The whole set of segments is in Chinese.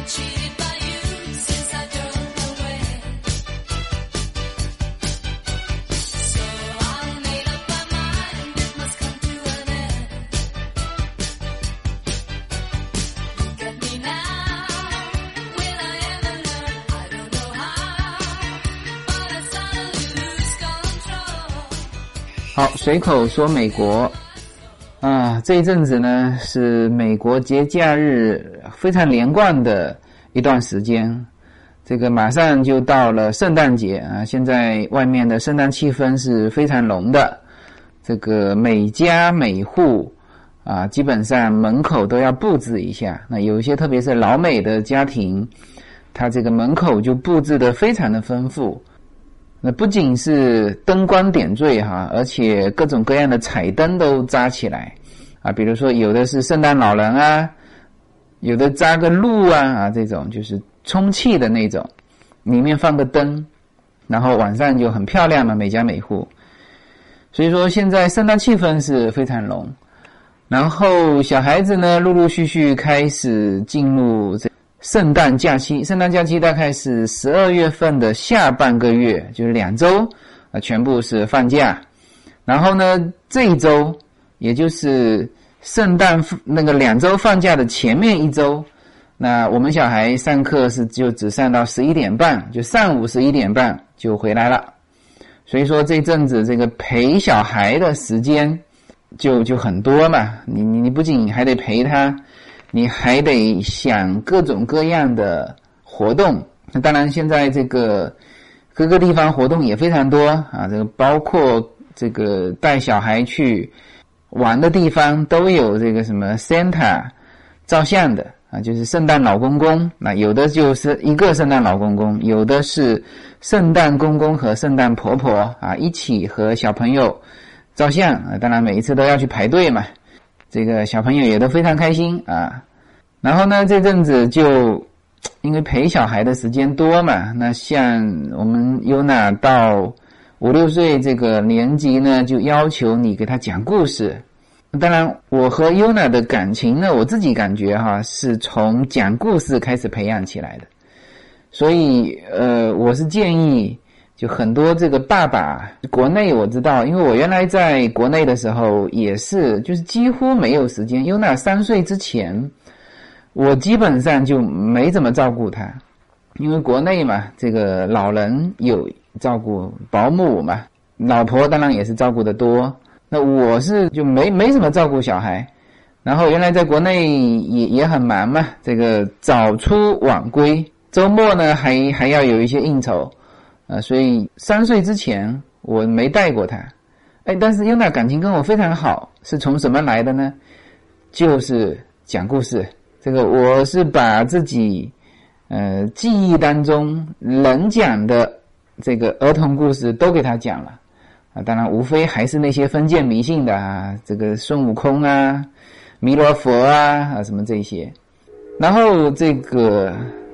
好，随口说美国啊，这一阵子呢是美国节假日非常连贯的一段时间，这个马上就到了圣诞节啊，现在外面的圣诞气氛是非常浓的，这个每家每户啊，基本上门口都要布置一下，那有一些特别是老美的家庭，他这个门口就布置得非常的丰富。那不仅是灯光点缀哈，而且各种各样的彩灯都扎起来啊，比如说有的是圣诞老人啊，有的扎个鹿啊这种就是充气的那种，里面放个灯，然后晚上就很漂亮嘛，每家每户。所以说现在圣诞气氛是非常浓，然后小孩子呢陆陆续续开始进入圣诞假期，圣诞假期大概是12月份的下半个月，就是2周全部是放假。然后呢，这一周也就是圣诞那个2周放假的前面1周，那我们小孩上课是就只上到11点半，就上午11点半就回来了。所以说这阵子这个陪小孩的时间就很多嘛，你不仅还得陪他，你还得想各种各样的活动。那当然现在这个各个地方活动也非常多啊，这个包括这个带小孩去玩的地方都有这个什么 Santa 照相的啊，就是圣诞老公公，那有的就是一个圣诞老公公，有的是圣诞公公和圣诞婆婆啊一起和小朋友照相啊，当然每一次都要去排队嘛，这个小朋友也都非常开心啊。然后呢，这阵子就因为陪小孩的时间多嘛，那像我们Yona到5、6岁这个年级呢，就要求你给他讲故事。当然我和Yona的感情呢，我自己感觉哈，是从讲故事开始培养起来的。所以我是建议就很多这个爸爸，国内我知道，因为我原来在国内的时候也是就是几乎没有时间。Yona 3岁之前我基本上就没怎么照顾他，因为国内嘛，这个老人有照顾保姆嘛，老婆当然也是照顾得多，那我是就没怎么照顾小孩。然后原来在国内也很忙嘛，这个早出晚归，周末呢还要有一些应酬所以3岁之前我没带过他。但是Yona感情跟我非常好，是从什么来的呢？就是讲故事。这个我是把自己记忆当中能讲的这个儿童故事都给他讲了啊，当然无非还是那些封建迷信的啊，这个孙悟空啊、弥勒佛啊什么这些。然后这个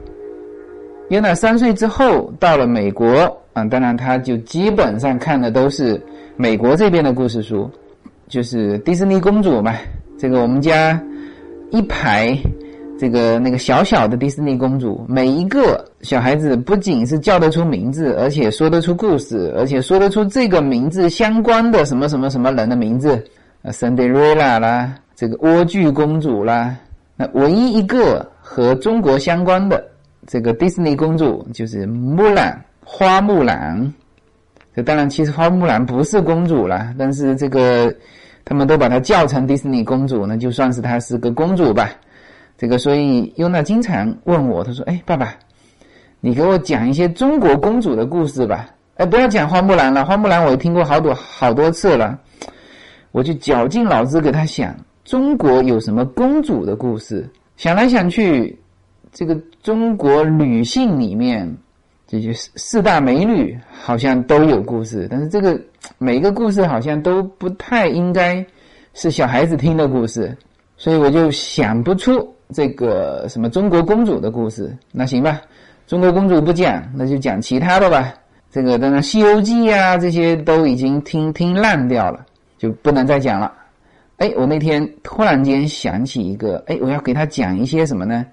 Yona3岁之后到了美国啊，当然他就基本上看的都是美国这边的故事书，就是迪士尼公主嘛，这个我们家一排这个那个小小的迪士尼公主，每一个小孩子不仅是叫得出名字，而且说得出故事，而且说得出这个名字相关的什么什么什么人的名字，Cinderella 啦，这个莴苣公主啦。那唯一一个和中国相关的这个迪士尼公主就是木兰，花木兰。这当然其实花木兰不是公主啦，但是这个他们都把她叫成迪士尼公主，那就算是她是个公主吧。这个所以Yona经常问我，他说爸爸你给我讲一些中国公主的故事吧。不要讲花木兰了，花木兰我听过好多次了。我就绞尽脑汁给他想中国有什么公主的故事，想来想去这个中国女性里面这就4大美女好像都有故事，但是这个每个故事好像都不太应该是小孩子听的故事，所以我就想不出这个什么中国公主的故事。那行吧，中国公主不讲，那就讲其他的吧。这个当然西游记啊这些都已经听烂掉了，就不能再讲了。我那天突然间想起一个，我要给他讲一些什么呢？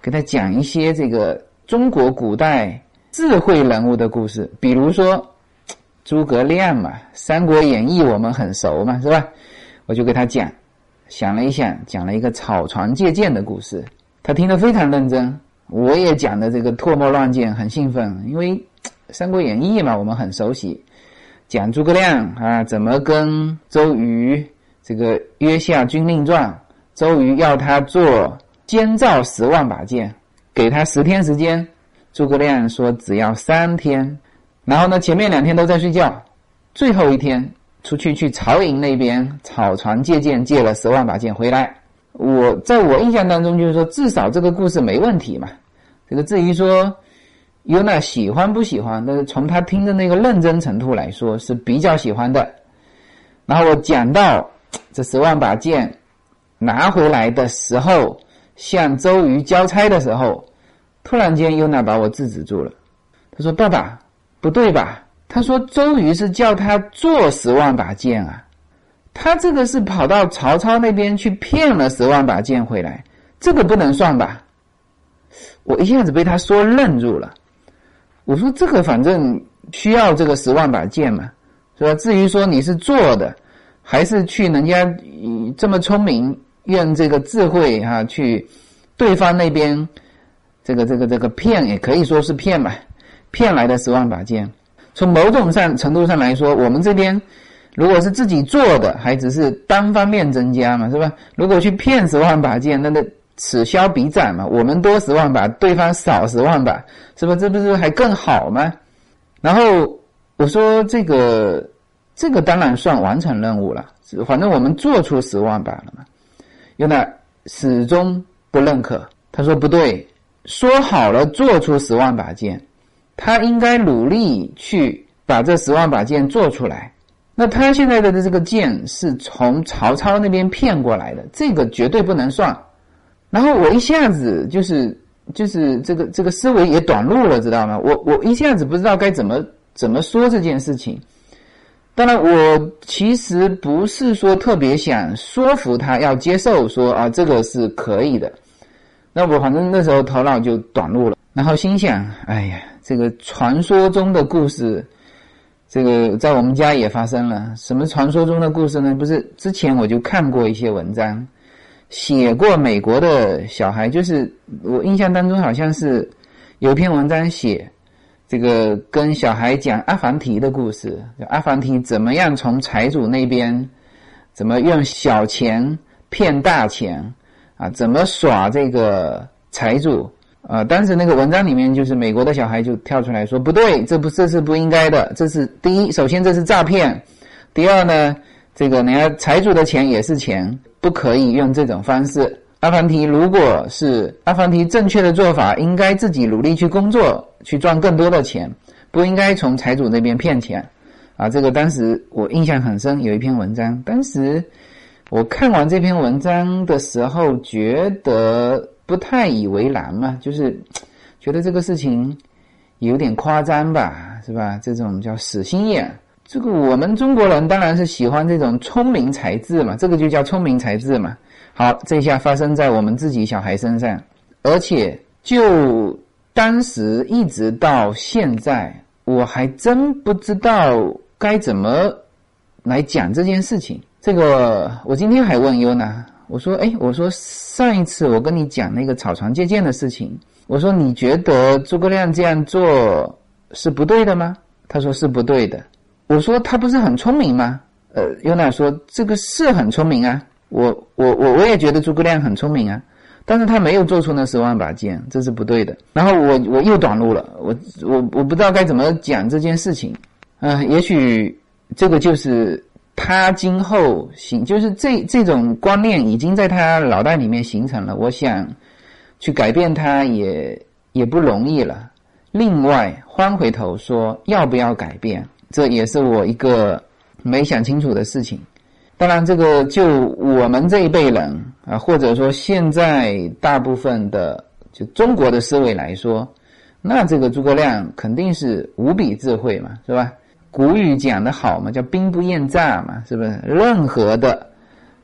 给他讲一些这个中国古代智慧人物的故事，比如说诸葛亮嘛，《三国演义》我们很熟嘛，是吧？我就给他讲，想了一想，讲了一个草船借箭的故事，他听得非常认真，我也讲的这个唾沫乱溅，很兴奋，因为《三国演义》嘛，我们很熟悉，讲诸葛亮啊怎么跟周瑜这个约下军令状，周瑜要他做监造10万把剑，给他10天时间，诸葛亮说只要3天，然后呢前面2天都在睡觉，最后一天出去曹营那边草船借箭，借了10万把剑回来。在我印象当中就是说至少这个故事没问题嘛，这个至于说尤娜喜欢不喜欢，但是从他听的那个认真程度来说是比较喜欢的。然后我讲到这10万把剑拿回来的时候，向周瑜交差的时候，突然间尤娜把我制止住了。他说爸爸不对吧，他说周瑜是叫他做10万把剑啊，他这个是跑到曹操那边去骗了10万把剑回来，这个不能算吧。我一下子被他说愣住了。我说这个反正需要这个10万把剑嘛，是吧？至于说你是做的还是去人家这么聪明用这个智慧去对方那边这个骗，也可以说是骗嘛，骗来的10万把剑。从某种程度上来说，我们这边如果是自己做的还只是单方面增加嘛，是吧？如果去骗10万把剑，那此消彼长嘛，我们多10万把，对方少10万把，是吧？这不是还更好吗？然后我说这个当然算完成任务了，反正我们做出10万把了嘛。尤娜始终不认可，他说不对，说好了做出10万把剑，他应该努力去把这10万把剑做出来。那他现在的这个剑是从曹操那边骗过来的，这个绝对不能算。然后我一下子就是这个思维也短路了，知道吗？我一下子不知道该怎么说这件事情。当然我其实不是说特别想说服他要接受说这个是可以的。那我反正那时候头脑就短路了，然后心想哎呀，这个传说中的故事这个在我们家也发生了。什么传说中的故事呢？不是之前我就看过一些文章，写过美国的小孩，就是我印象当中好像是有一篇文章写这个跟小孩讲阿凡提的故事，阿凡提怎么样从财主那边怎么用小钱骗大钱怎么耍这个财主当时那个文章里面就是美国的小孩就跳出来说不对，这是不应该的，这是第一，首先这是诈骗，第二呢这个人家财主的钱也是钱，不可以用这种方式。阿凡提如果是阿凡提正确的做法，应该自己努力去工作，去赚更多的钱，不应该从财主那边骗钱这个当时我印象很深，有一篇文章，当时我看完这篇文章的时候觉得不太以为然嘛，就是觉得这个事情有点夸张吧，是吧？这种叫死心眼。这个我们中国人当然是喜欢这种聪明才智嘛，这个就叫聪明才智嘛。好，这下发生在我们自己小孩身上，而且就当时一直到现在，我还真不知道该怎么来讲这件事情。这个我今天还问尤娜，我说上一次我跟你讲那个草船借箭的事情，我说你觉得诸葛亮这样做是不对的吗？他说是不对的。我说他不是很聪明吗？尤娜说这个是很聪明啊，我也觉得诸葛亮很聪明啊，但是他没有做出那10万把剑，这是不对的。然后我又短路了，我不知道该怎么讲这件事情也许这个就是他今后就是这种观念已经在他脑袋里面形成了，我想去改变他也不容易了。另外换回头说要不要改变，这也是我一个没想清楚的事情。当然这个就我们这一辈人或者说现在大部分的就中国的思维来说，那这个诸葛亮肯定是无比智慧嘛，是吧？古语讲得好嘛，叫兵不厌诈嘛，是不是？任何的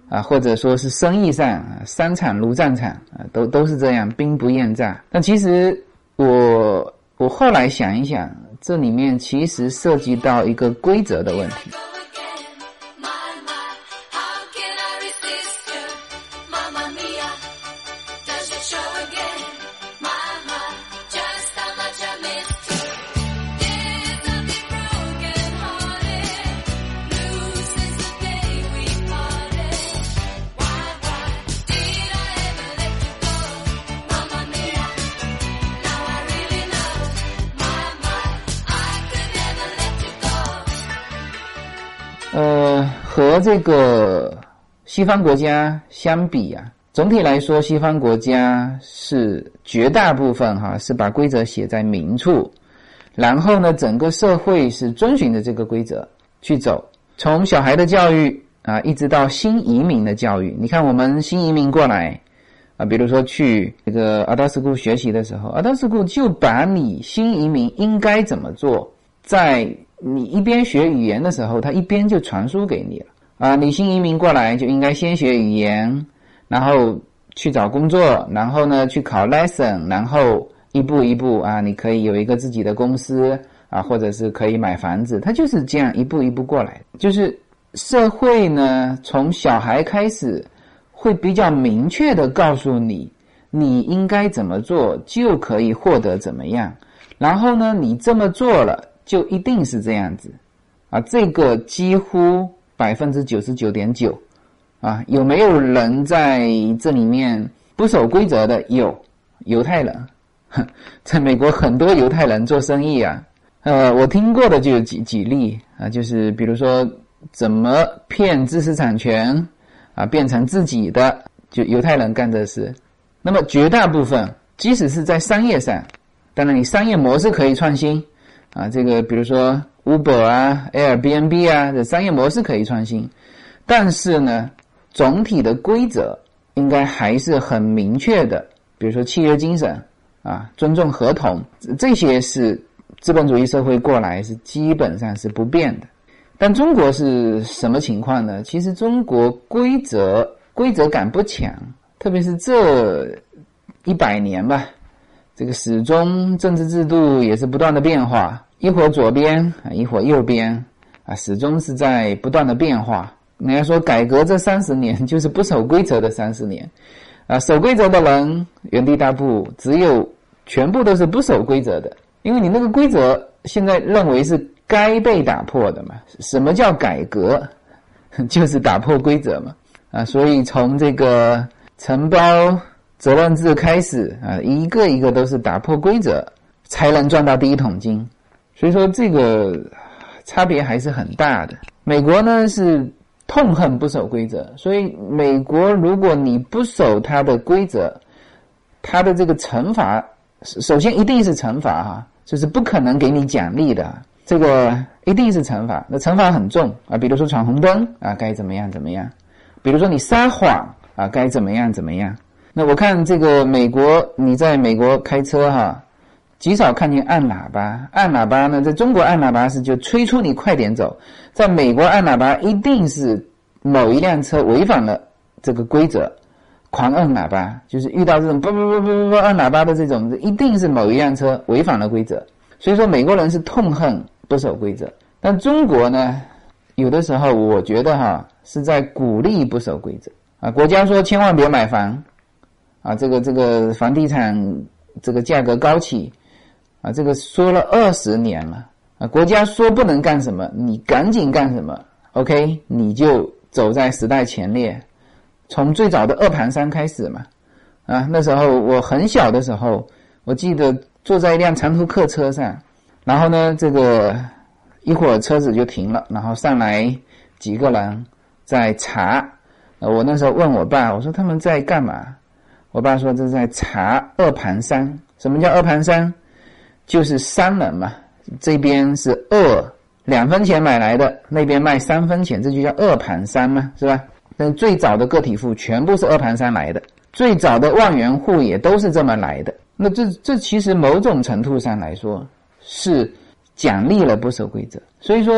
或者说是生意上三场如战场都是这样，兵不厌诈。但其实我后来想一想，这里面其实涉及到一个规则的问题。和这个西方国家相比总体来说西方国家是绝大部分是把规则写在明处，然后呢整个社会是遵循着这个规则去走，从小孩的教育一直到新移民的教育。你看我们新移民过来比如说去这个 Adult School 学习的时候， Adult School 就把你新移民应该怎么做，在你一边学语言的时候他一边就传输给你了你新移民过来就应该先学语言，然后去找工作，然后呢去考 lesson， 然后一步一步你可以有一个自己的公司或者是可以买房子，他就是这样一步一步过来。就是社会呢从小孩开始会比较明确的告诉你你应该怎么做就可以获得怎么样，然后呢你这么做了就一定是这样子这个几乎 99.9% 有没有人在这里面不守规则的？有，犹太人在美国很多犹太人做生意我听过的就有几例就是比如说怎么骗知识产权变成自己的，就犹太人干这事。那么绝大部分即使是在商业上，当然你商业模式可以创新这个比如说 Uber Airbnb 这商业模式可以创新，但是呢总体的规则应该还是很明确的，比如说契约精神尊重合同，这些是资本主义社会过来是基本上是不变的。但中国是什么情况呢？其实中国规则感不强，特别是这100年吧，这个始终政治制度也是不断的变化，一会儿左边一会儿右边始终是在不断的变化。人家说改革这30年就是不守规则的30年守规则的人原地踏步，只有全部都是不守规则的，因为你那个规则现在认为是该被打破的嘛。什么叫改革？就是打破规则嘛所以从这个承包责任制开始一个一个都是打破规则才能赚到第一桶金，所以说这个差别还是很大的。美国呢是痛恨不守规则，所以美国如果你不守它的规则，它的这个惩罚首先一定是惩罚就是不可能给你奖励的，这个一定是惩罚，那惩罚很重比如说闯红灯该怎么样怎么样，比如说你撒谎该怎么样怎么样。那我看这个美国，你在美国开车极少看见按喇叭。按喇叭呢，在中国按喇叭是就催促你快点走，在美国按喇叭一定是某一辆车违反了这个规则，狂摁喇叭，就是遇到这种不按喇叭的这种，一定是某一辆车违反了规则。所以说美国人是痛恨不守规则，但中国呢，有的时候我觉得是在鼓励不守规则国家说千万别买房这个房地产这个价格高企这个说了20年了国家说不能干什么你赶紧干什么 OK， 你就走在时代前列。从最早的2盘3开始嘛那时候我很小的时候，我记得坐在一辆长途客车上，然后呢这个一会儿车子就停了，然后上来几个人在查我那时候问我爸，我说他们在干嘛？我爸说这在查2盘3。什么叫2盘3？就是商人嘛，这边是2分钱买来的，那边卖3分钱，这就叫2盘3嘛，是吧？但最早的个体户全部是2盘3来的，最早的万元户也都是这么来的。那这其实某种程度上来说是奖励了不守规则。所以说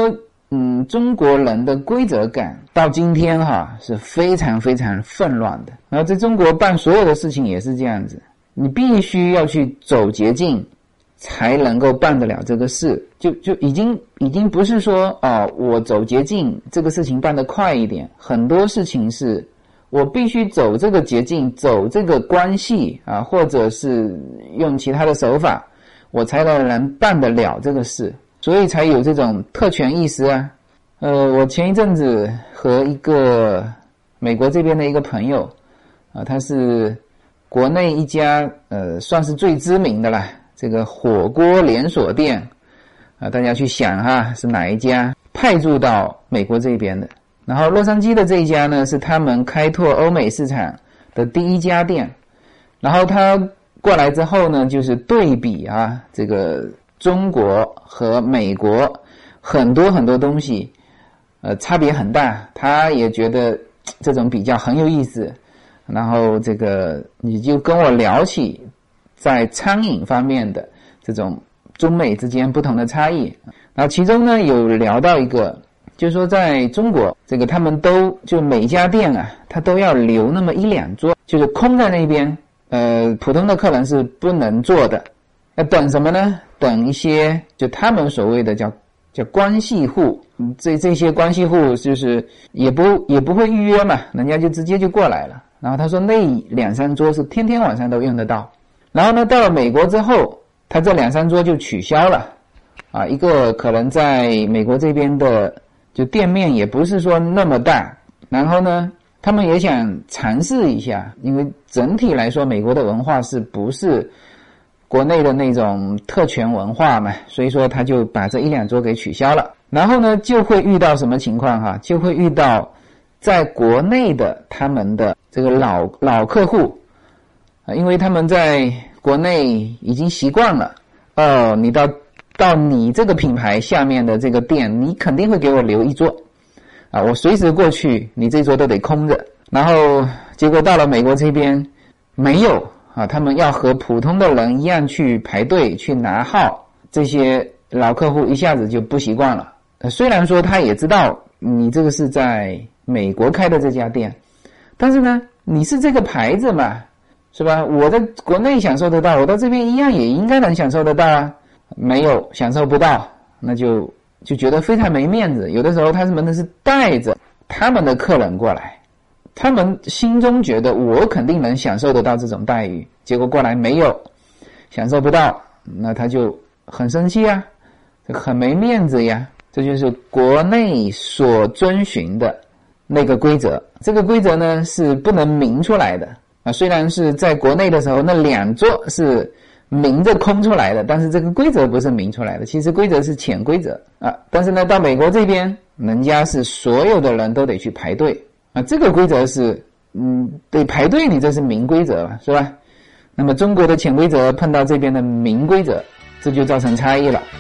中国人的规则感到今天是非常非常混乱的。然后在中国办所有的事情也是这样子，你必须要去走捷径才能够办得了这个事，就已经不是说我走捷径这个事情办得快一点，很多事情是我必须走这个捷径，走这个关系或者是用其他的手法，我才能办得了这个事，所以才有这种特权意识啊。我前一阵子和一个美国这边的一个朋友他是国内一家算是最知名的啦，这个火锅连锁店大家去想是哪一家派驻到美国这边的。然后洛杉矶的这一家呢，是他们开拓欧美市场的第一家店。然后他过来之后呢，就是对比这个中国和美国很多很多东西差别很大，他也觉得这种比较很有意思。然后这个你就跟我聊起在餐饮方面的这种中美之间不同的差异。然后其中呢有聊到一个，就是说在中国这个他们都就每家店他都要留那么一两桌，就是空在那边普通的客人是不能坐的。那等什么呢？等一些就他们所谓的叫关系户，这些关系户就是也不会预约嘛，人家就直接就过来了。然后他说那两三桌是天天晚上都用得到。然后呢到了美国之后，他这两三桌就取消了一个可能在美国这边的就店面也不是说那么大，然后呢他们也想尝试一下，因为整体来说美国的文化是不是国内的那种特权文化嘛，所以说他就把这一两桌给取消了。然后呢就会遇到什么情况就会遇到在国内的他们的这个老客户因为他们在国内已经习惯了你到你这个品牌下面的这个店，你肯定会给我留一桌我随时过去你这桌都得空着。然后结果到了美国这边没有他们要和普通的人一样去排队去拿号，这些老客户一下子就不习惯了。虽然说他也知道你这个是在美国开的这家店，但是呢你是这个牌子嘛，是吧？我在国内享受得到，我到这边一样也应该能享受得到没有享受不到，那就觉得非常没面子。有的时候他们是带着他们的客人过来，他们心中觉得我肯定能享受得到这种待遇，结果过来没有享受不到，那他就很生气很没面子呀。这就是国内所遵循的那个规则。这个规则呢是不能明出来的虽然是在国内的时候那两桌是明着空出来的，但是这个规则不是明出来的，其实规则是潜规则但是呢到美国这边人家是所有的人都得去排队这个规则是得排队，你这是明规则了，是吧？那么中国的潜规则碰到这边的明规则，这就造成差异了。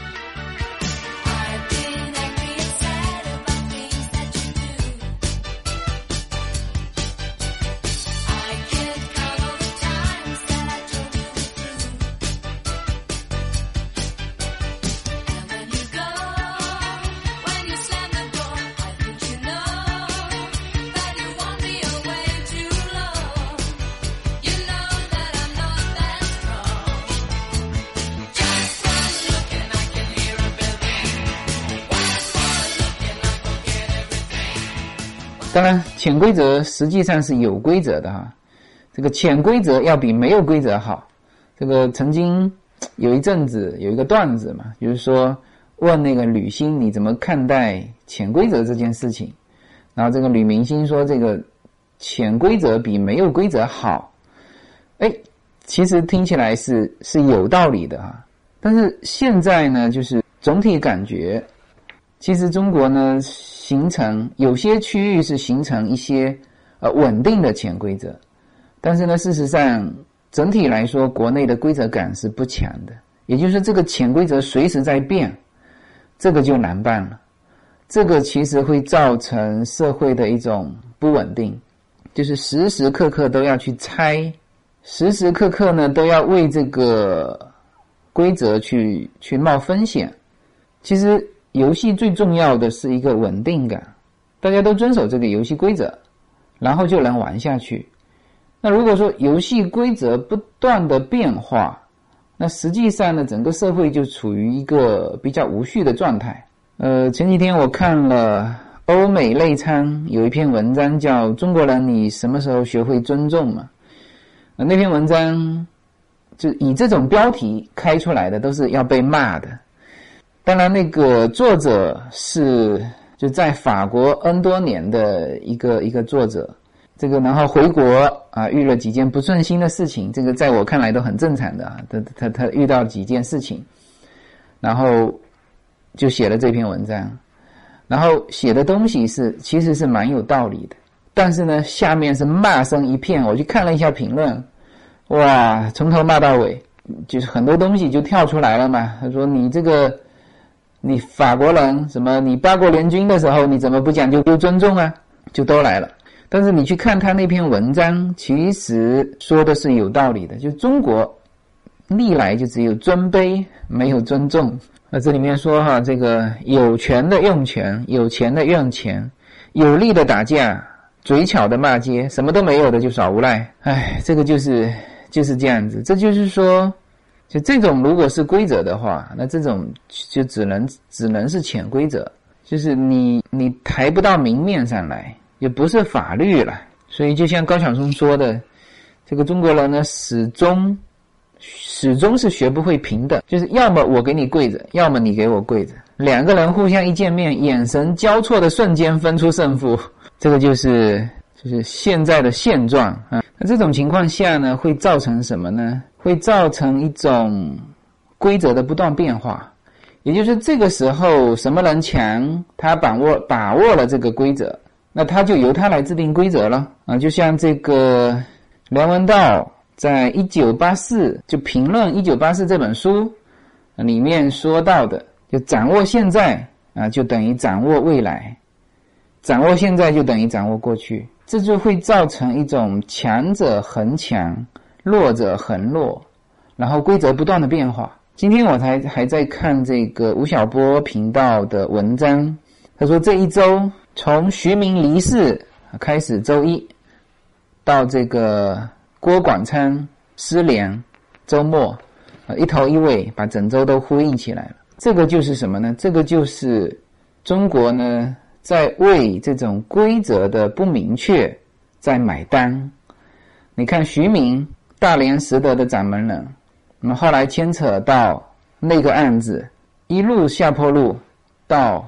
当然潜规则实际上是有规则的这个潜规则要比没有规则好。这个曾经有一阵子有一个段子嘛，就是说问那个女星你怎么看待潜规则这件事情，然后这个女明星说这个潜规则比没有规则好。其实听起来是有道理的但是现在呢就是总体感觉其实中国呢形成有些区域是形成一些稳定的潜规则，但是呢事实上整体来说国内的规则感是不强的，也就是这个潜规则随时在变，这个就难办了。这个其实会造成社会的一种不稳定，就是时时刻刻都要去猜，时时刻刻呢都要为这个规则去冒风险。其实游戏最重要的是一个稳定感，大家都遵守这个游戏规则，然后就能玩下去。那如果说游戏规则不断的变化，那实际上呢，整个社会就处于一个比较无序的状态。前几天我看了欧美内参有一篇文章叫《中国人你什么时候学会尊重》嘛，那篇文章就以这种标题开出来的都是要被骂的。当然那个作者是就在法国 N 多年的一个作者，这个然后回国啊，遇了几件不顺心的事情，这个在我看来都很正常的啊，他遇到几件事情，然后就写了这篇文章，然后写的东西其实是蛮有道理的，但是呢下面是骂声一片。我去看了一下评论，哇，从头骂到尾，就是很多东西就跳出来了嘛。他说你法国人什么，你八国联军的时候你怎么不讲究尊重啊，就都来了。但是你去看他那篇文章，其实说的是有道理的，就中国历来就只有尊卑没有尊重。那这里面说哈，这个有权的用权，有钱的用钱，有力的打架，嘴巧的骂街，什么都没有的就耍无赖。哎，这个就是这样子。这就是说，就这种如果是规则的话，那这种就只能是潜规则，就是你抬不到明面上来，也不是法律了。所以就像高晓松说的，这个中国人呢始终是学不会平等，就是要么我给你跪着，要么你给我跪着，两个人互相一见面，眼神交错的瞬间分出胜负，这个就是现在的现状啊。那这种情况下呢，会造成什么呢？会造成一种规则的不断变化，也就是这个时候什么人强，他把握了这个规则，那他就由他来制定规则了啊。就像这个梁文道在1984就评论1984这本书里面说到的，就掌握现在啊，就等于掌握未来，掌握现在就等于掌握过去，这就会造成一种强者恒强，弱者恒弱，然后规则不断的变化。今天我还在看这个吴晓波频道的文章，他说这一周从徐明离世开始，周一到这个郭广昌失联，周末一头一尾把整周都呼应起来了。这个就是什么呢？这个就是中国呢在为这种规则的不明确在买单。你看徐明大连实德的掌门人，那么后来牵扯到那个案子，一路下坡路到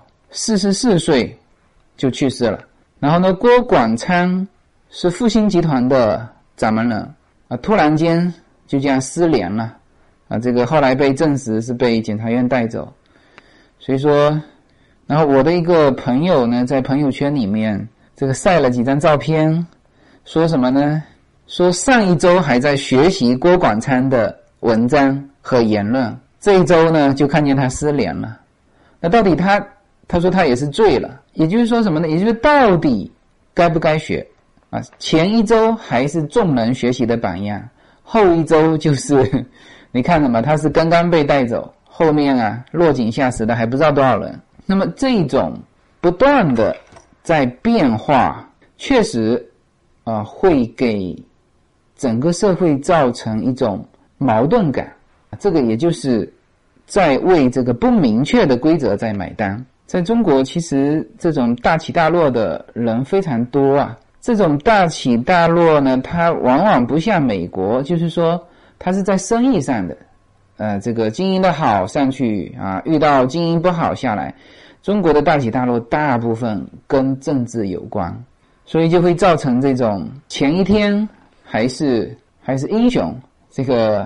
44岁就去世了。然后呢，郭广昌是复兴集团的掌门人啊，突然间就这样失联了啊，这个后来被证实是被检察院带走。所以说，然后我的一个朋友呢，在朋友圈里面这个晒了几张照片，说什么呢？说上一周还在学习郭广昌的文章和言论，这一周呢就看见他失联了。那到底他说他也是醉了，也就是说什么呢？也就是到底该不该学啊？前一周还是众人学习的榜样，后一周就是你看什么？他是刚刚被带走，后面啊落井下石的还不知道多少人。那么这种不断的在变化，确实会给整个社会造成一种矛盾感，这个也就是在为这个不明确的规则在买单。在中国其实这种大起大落的人非常多啊，这种大起大落呢，它往往不像美国，就是说它是在生意上的这个经营的好上去啊，遇到经营不好下来。中国的大起大落大部分跟政治有关，所以就会造成这种前一天还是英雄，这个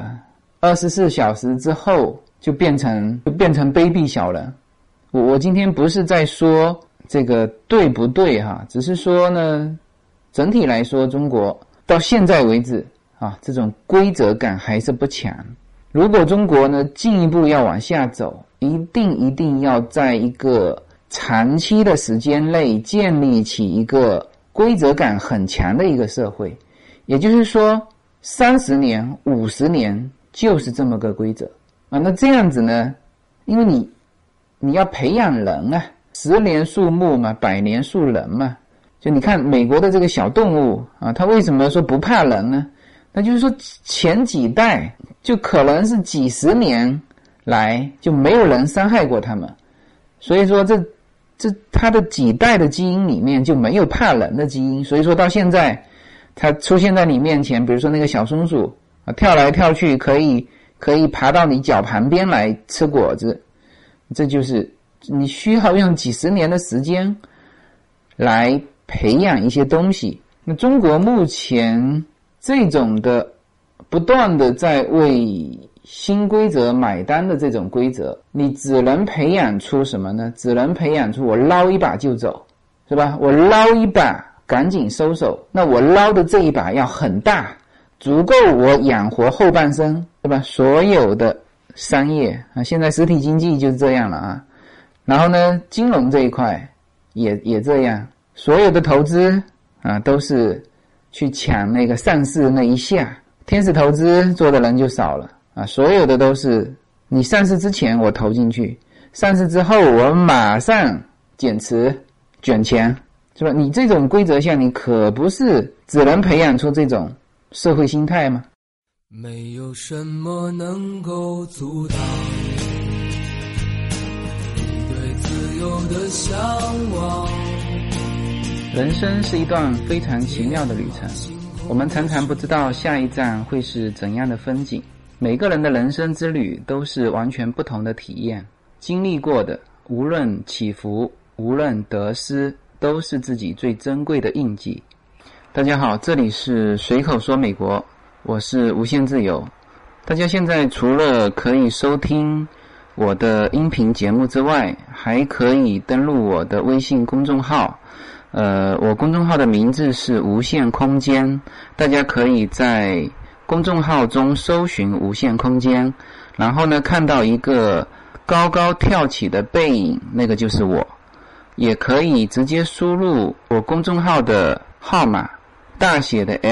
24小时之后就变成卑鄙小人。我今天不是在说这个对不对哈，只是说呢，整体来说中国到现在为止啊，这种规则感还是不强。如果中国呢进一步要往下走，一定要在一个长期的时间内建立起一个规则感很强的一个社会，也就是说30年50年就是这么个规则啊。那这样子呢，因为你要培养人啊，10年树木嘛，100年树人嘛。就你看美国的这个小动物啊，它为什么说不怕人呢？那就是说前几代就可能是几十年来就没有人伤害过它们，所以说这它的几代的基因里面就没有怕人的基因，所以说到现在它出现在你面前，比如说那个小松鼠啊，跳来跳去可以爬到你脚旁边来吃果子，这就是你需要用几十年的时间来培养一些东西。那中国目前这种的不断的在为新规则买单的这种规则，你只能培养出什么呢？只能培养出我捞一把就走，是吧？我捞一把赶紧收手，那我捞的这一把要很大，足够我养活后半生，对吧？所有的商业啊，现在实体经济就是这样了啊。然后呢，金融这一块也这样，所有的投资啊都是去抢那个上市那一下，天使投资做的人就少了啊，所有的都是你上市之前我投进去，上市之后我马上减持卷钱，是吧？你这种规则下，你可不是只能培养出这种社会心态吗？ 没有什么能够阻挡你对自由的向往。 人生是一段非常奇妙的旅程，我们常常不知道下一站会是怎样的风景。每个人的人生之旅都是完全不同的体验，经历过的无论起伏，无论得失，都是自己最珍贵的印记。大家好，这里是随口说美国，我是无限自由。大家现在除了可以收听我的音频节目之外，还可以登录我的微信公众号，我公众号的名字是无限空间，大家可以在公众号中搜寻无限空间，然后呢看到一个高高跳起的背影，那个就是我。也可以直接输入我公众号的号码，大写的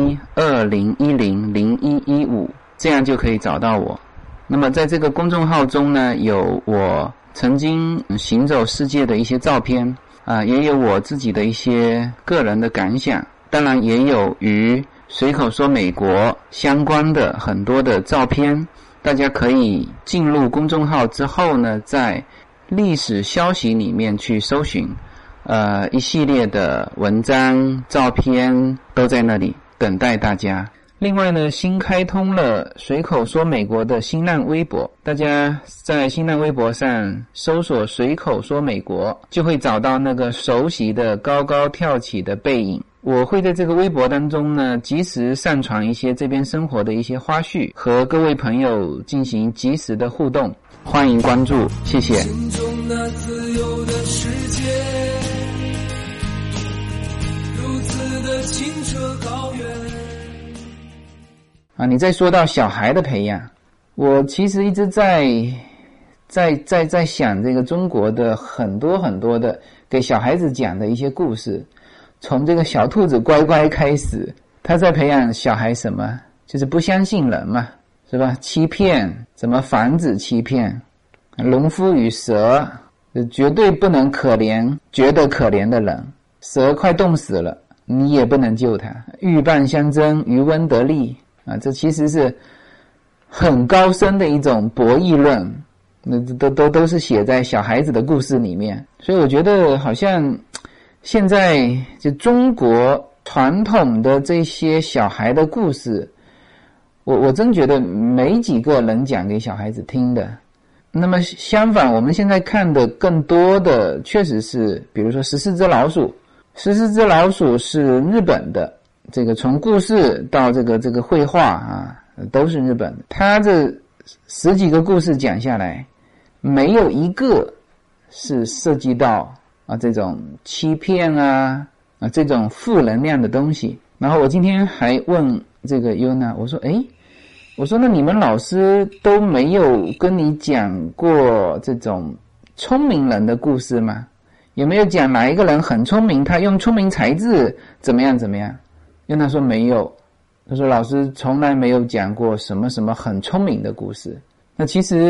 L120100115，这样就可以找到我。那么在这个公众号中呢，有我曾经行走世界的一些照片也有我自己的一些个人的感想，当然也有与随口说美国相关的很多的照片。大家可以进入公众号之后呢，在历史消息里面去搜寻一系列的文章照片都在那里等待大家。另外呢，新开通了随口说美国的新浪微博，大家在新浪微博上搜索随口说美国，就会找到那个熟悉的高高跳起的背影。我会在这个微博当中呢，及时上传一些这边生活的一些花絮，和各位朋友进行及时的互动，欢迎关注，谢谢。 心中那自由的世界，如此的清澈高远。 你再说到小孩的培养，我其实一直在想这个中国的很多很多的给小孩子讲的一些故事，从这个小兔子乖乖开始，他在培养小孩什么？就是不相信人嘛，是吧？欺骗，怎么防止欺骗？农夫与蛇，绝对不能觉得可怜的人，蛇快冻死了，你也不能救他。鹬蚌相争，渔翁得利这其实是很高深的一种博弈论，都是写在小孩子的故事里面。所以我觉得好像现在就中国传统的这些小孩的故事，我真觉得没几个能讲给小孩子听的。那么相反，我们现在看的更多的确实是比如说14只老鼠。14只老鼠是日本的，这个从故事到这个绘画都是日本的。他这10几个故事讲下来，没有一个是涉及到这种欺骗这种负能量的东西。然后我今天还问这个优娜，我说那你们老师都没有跟你讲过这种聪明人的故事吗？有没有讲哪一个人很聪明，他用聪明才智怎么样？优娜说没有，他说老师从来没有讲过什么什么很聪明的故事。那其实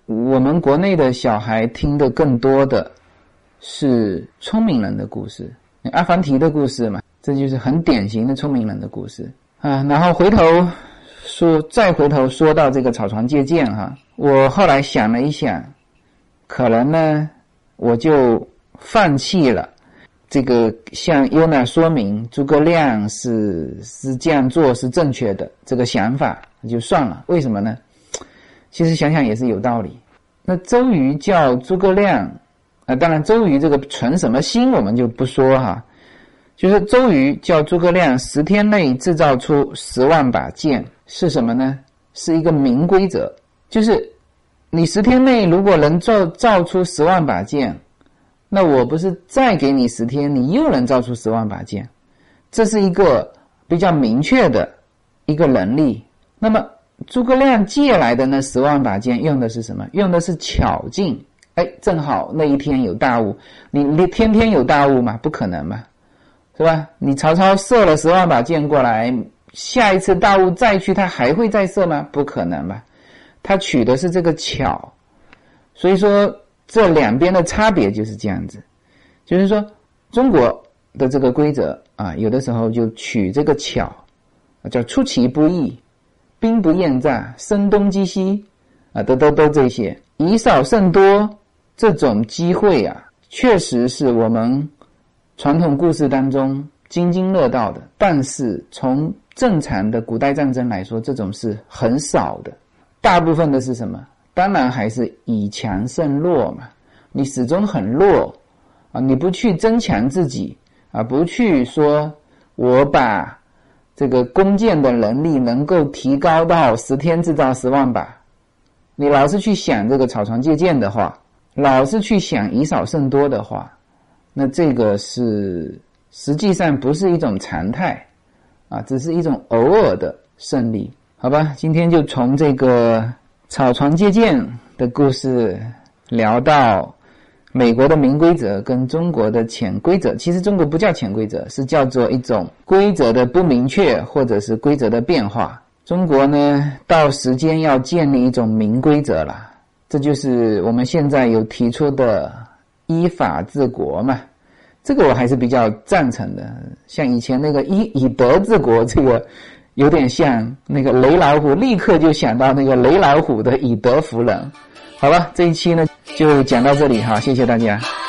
我们国内的小孩听的更多的是聪明人的故事，阿凡提的故事嘛，这就是很典型的聪明人的故事啊。然后再回头说到这个草船借箭哈，我后来想了一想，可能呢我就放弃了这个向优娜说明诸葛亮是这样做是正确的这个想法就算了。为什么呢？其实想想也是有道理。那周瑜叫诸葛亮当然周瑜这个存什么心我们就不说哈，就是周瑜叫诸葛亮10天内制造出10万把箭是什么呢？是一个明规则，就是你10天内如果能造出10万把箭，那我不是再给你10天你又能造出10万把箭，这是一个比较明确的一个能力。那么诸葛亮借来的那10万把箭用的是什么？用的是巧劲。正好那一天有大雾，你天天有大雾吗？不可能嘛，是吧？你曹操射了10万把箭过来，下一次大雾再去他还会再射吗？不可能吧。他取的是这个巧，所以说这两边的差别就是这样子，就是说中国的这个规则有的时候就取这个巧，叫出其不意，兵不厌诈，声东击西都这些，以少胜多这种机会确实是我们传统故事当中津津乐道的，但是从正常的古代战争来说，这种是很少的。大部分的是什么？当然还是以强胜弱嘛。你始终很弱你不去增强自己不去说我把这个弓箭的能力能够提高到10天制造10万把，你老是去想这个草船借箭的话，老是去想以少胜多的话，那这个是实际上不是一种常态只是一种偶尔的胜利。好吧，今天就从这个草船借箭的故事聊到美国的明规则跟中国的潜规则。其实中国不叫潜规则，是叫做一种规则的不明确或者是规则的变化。中国呢到时间要建立一种明规则了，这就是我们现在有提出的依法治国嘛，这个我还是比较赞成的。像以前那个以德治国，这个有点像那个雷老虎，立刻就想到那个雷老虎的以德服人。好了，这一期呢就讲到这里哈，谢谢大家。